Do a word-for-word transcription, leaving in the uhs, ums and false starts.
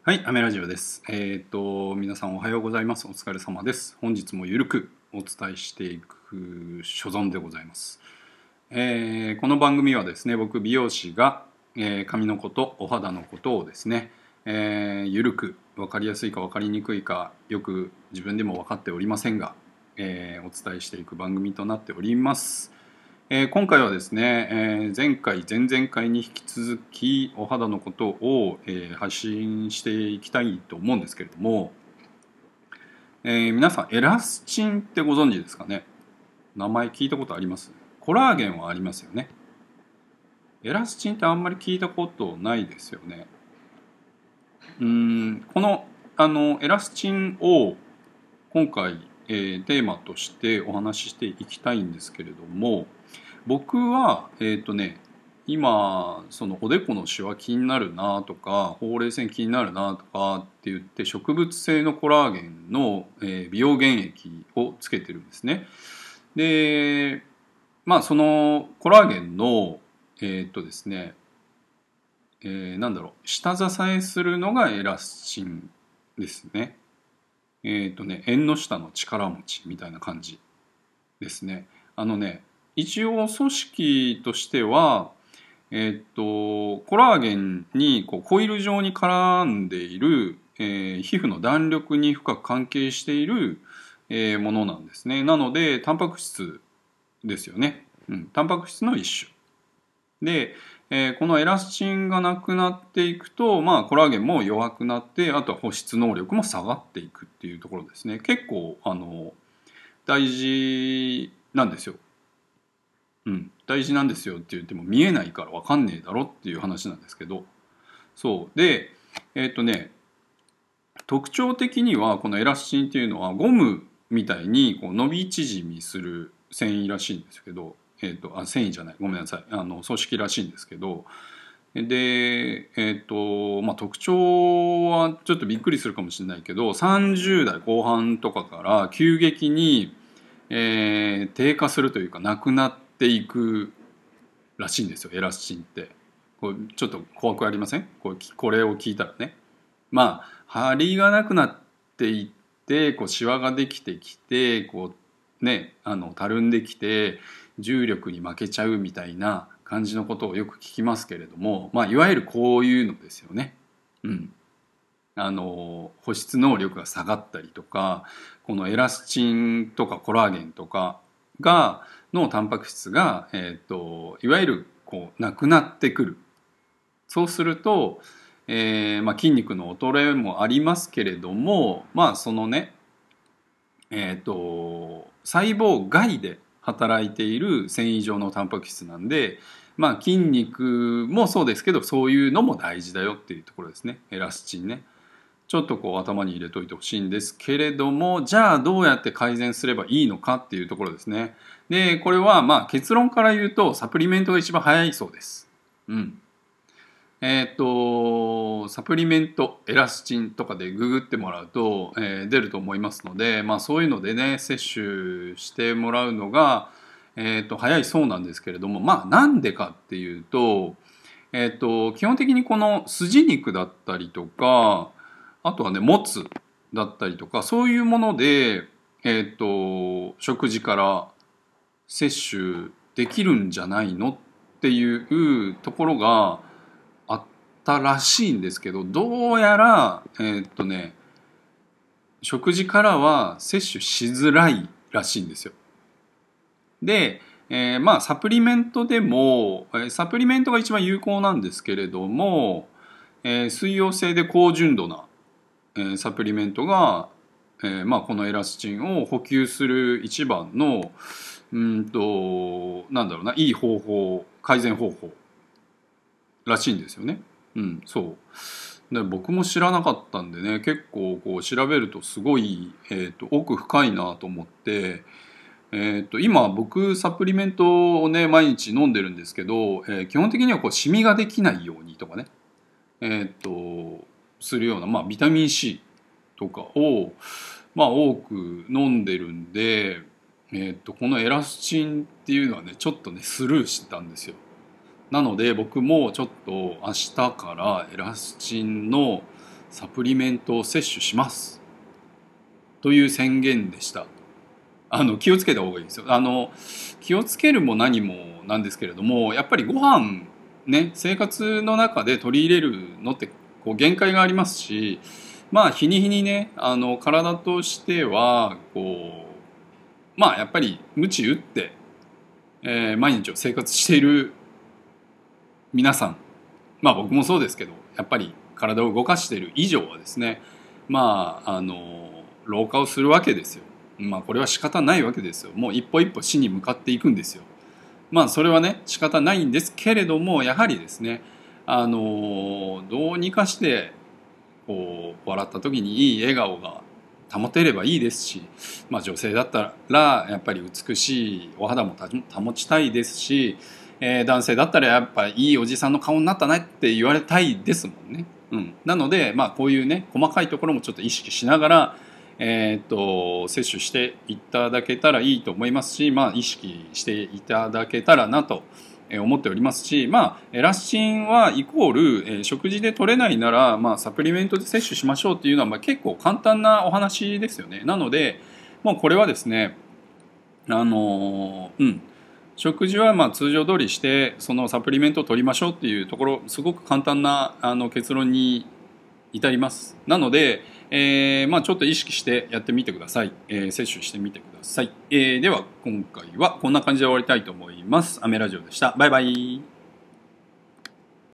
はい、アメラジオです。えっと、皆さんおはようございます。お疲れ様です。本日もゆるくお伝えしていく所存でございます。えーこの番組はですね、僕美容師が、えー髪のこと、お肌のことをですね、えーゆるく分かりやすいか分かりにくいかよく自分でも分かっておりませんが、えーお伝えしていく番組となっております。えー今回はですね、えー前回前々回に引き続きお肌のことを、えー発信していきたいと思うんですけれども、えー皆さんエラスチンってご存知ですかね。名前聞いたことあります？コラーゲンはありますよね。エラスチンってあんまり聞いたことないですよね。うーんこのあのエラスチンを今回、えーテーマとしてお話ししていきたいんですけれども、僕はえっ、とね今そのおでこのシワ気になるなとかほうれい線気になるなとかって言って植物性のコラーゲンの、えー美容原液をつけてるんですね。でまあそのコラーゲンのえっ、とですね、えーなんだろう下支えするのがエラスチンですね。えっ、とね縁の下の力持ちみたいな感じですね。あのね一応組織としてはえーっとコラーゲンにこうコイル状に絡んでいる、えー皮膚の弾力に深く関係している、えーものなんですね。なのでタンパク質ですよね。うん、タンパク質の一種で、えーこのエラスチンがなくなっていくと、まあ、コラーゲンも弱くなってあとは保湿能力も下がっていくっていうところですね。結構あの大事なんですよ。うん、大事なんですよって言っても見えないから分かんねえだろっていう話なんですけど、そうでえっ、とね特徴的にはこのエラスチンっていうのはゴムみたいにこう伸び縮みする繊維らしいんですけど、えっ、とあ繊維じゃないごめんなさいあの組織らしいんですけど、でえっ、とまあ特徴はちょっとびっくりするかもしれないけどさんじゅう代後半とかから急激に、えー低下するというかなくなっていくらしいんですよエラスチンって。こうちょっと怖くありません？こうこれを聞いたらね。まあ張りがなくなっていってこうシワができてきてこうねあのたるんできて重力に負けちゃうみたいな感じのことをよく聞きますけれども、まあ、いわゆるこういうのですよね。うん、あの保湿能力が下がったりとかこのエラスチンとかコラーゲンとかがのタンパク質が、えー、といわゆるこうなくなってくる。そうすると、えーまあ、筋肉の衰えもありますけれども、まあそのね、えー、と細胞外で働いている繊維状のタンパク質なんで、まあ、筋肉もそうですけどそういうのも大事だよっていうところですね。エラスチンね。ちょっとこう頭に入れといてほしいんですけれども、じゃあどうやって改善すればいいのかっていうところですね。でこれはまあ結論から言うとサプリメントが一番早いそうです。うん。えっとサプリメントエラスチンとかでググってもらうと、えー出ると思いますので、まあ、そういうのでね摂取してもらうのが、えー、と早いそうなんですけれども、まあなんでかっていうと、えー、と基本的にこの筋肉だったりとかあとはねもつだったりとかそういうもので、えー、と食事から摂取できるんじゃないのっていうところがあったらしいんですけど、どうやらえーっとね食事からは摂取しづらいらしいんですよ。で、えーまあサプリメントでもえーサプリメントが一番有効なんですけれども、えー水溶性で高純度な、えーサプリメントが、えーまあ、このエラスチンを補給する一番のうんとなんだろうないい方法改善方法らしいんですよね。うん、そうで僕も知らなかったんでね結構こう調べるとすごい、えーと奥深いなと思って、えーと今僕サプリメントをね毎日飲んでるんですけど、えー基本的にはこうシミができないようにとかね、えーとするような、まあ、ビタミン C とかを、まあ、多く飲んでるんで、えーとこのエラスチンっていうのはねちょっとねスルーしたんですよ。なので僕もちょっと明日からエラスチンのサプリメントを摂取しますという宣言でした。あの気をつけた方がいいですよ。あの気をつけるも何もなんですけれども、やっぱりご飯ね、生活の中で取り入れるのってこう限界がありますし、まあ日に日にね、あの体としてはこうまあやっぱり鞭打って、えー毎日を生活している皆さん、まあ僕もそうですけど、やっぱり体を動かしている以上はですね、まああの老化をするわけですよ。まあこれは仕方ないわけですよ。もう一歩一歩死に向かっていくんですよ。まあそれはね仕方ないんですけれども、やはりですね、あのどうにかしてこう笑った時にいい笑顔が保てればいいですし、まあ、女性だったらやっぱり美しいお肌も保ちたいですし、えー男性だったらやっぱいいおじさんの顔になったねって言われたいですもんね。うん、なので、まあ、こういうね細かいところもちょっと意識しながら、えーっと摂取していただけたらいいと思いますし、まあ、意識していただけたらなと思っておりますし、まあ、エラスチンはイコール、えー食事で取れないなら、まあ、サプリメントで摂取しましょうっていうのは、まあ、結構簡単なお話ですよね。なのでもうこれはですね、あのーうん食事はまあ通常通りしてそのサプリメントを取りましょうっていうところ、すごく簡単なあの結論に至ります。なので、えーまあ、ちょっと意識してやってみてください。えー摂取してみてください。えーでは今回はこんな感じで終わりたいと思います。アメラジオでした。バイバイ。